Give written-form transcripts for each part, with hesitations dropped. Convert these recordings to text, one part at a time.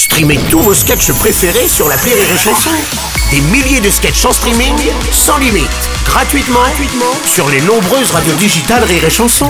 Streamez tous vos sketchs préférés sur l'appli Rire et Chanson. Des milliers de sketchs en streaming, sans limite, gratuitement sur les nombreuses radios digitales Rire et Chanson.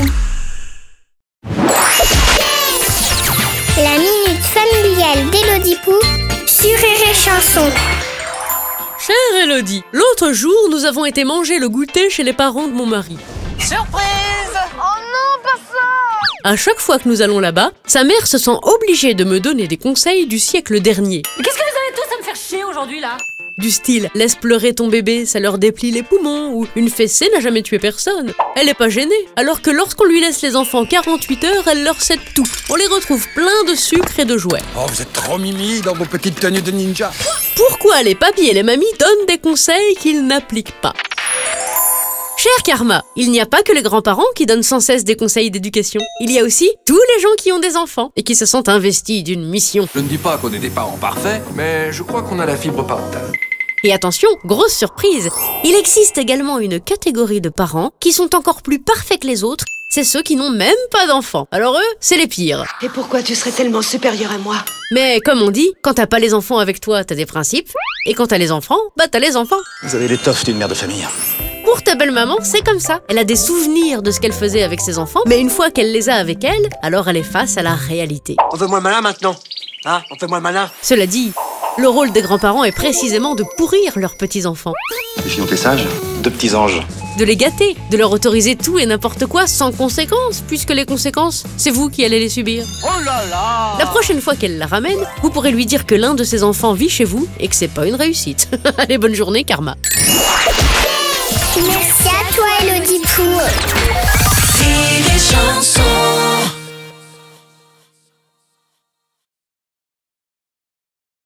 La minute familiale d'Élodie Pou sur Rire et Chanson. Chère Élodie, l'autre jour, nous avons été manger le goûter chez les parents de mon mari. Surprise! Oh non, pas ça! À chaque fois que nous allons là-bas, sa mère se sent obligée de me donner des conseils du siècle dernier. Mais qu'est-ce que vous avez tous à me faire chier aujourd'hui là? Du style, laisse pleurer ton bébé, ça leur déplie les poumons, ou une fessée n'a jamais tué personne. Elle est pas gênée, alors que lorsqu'on lui laisse les enfants 48 heures, elle leur cède tout. On les retrouve pleins de sucre et de jouets. Oh, vous êtes trop mimi dans vos petites tenues de ninja. Pourquoi les papis et les mamies donnent des conseils qu'ils n'appliquent pas? Cher Karma, il n'y a pas que les grands-parents qui donnent sans cesse des conseils d'éducation. Il y a aussi tous les gens qui ont des enfants et qui se sentent investis d'une mission. Je ne dis pas qu'on est des parents parfaits, mais je crois qu'on a la fibre parentale. Et attention, grosse surprise, il existe également une catégorie de parents qui sont encore plus parfaits que les autres, c'est ceux qui n'ont même pas d'enfants. Alors eux, c'est les pires. Et pourquoi tu serais tellement supérieur à moi? Mais comme on dit, quand t'as pas les enfants avec toi, t'as des principes, et quand t'as les enfants, bah t'as les enfants. Vous avez l'étoffe d'une mère de famille. Pour ta belle-maman, c'est comme ça. Elle a des souvenirs de ce qu'elle faisait avec ses enfants, mais une fois qu'elle les a avec elle, alors elle est face à la réalité. On fait moins malin maintenant. Hein? On fait moins malin. Cela dit, le rôle des grands-parents est précisément de pourrir leurs petits-enfants. Les filles ont été sages, deux petits anges. De les gâter, de leur autoriser tout et n'importe quoi sans conséquences, puisque les conséquences, c'est vous qui allez les subir. Oh là là! La prochaine fois qu'elle la ramène, vous pourrez lui dire que l'un de ses enfants vit chez vous et que c'est pas une réussite. Allez, bonne journée, Karma. Merci à toi, Élodie Pou. Rire et Chanson.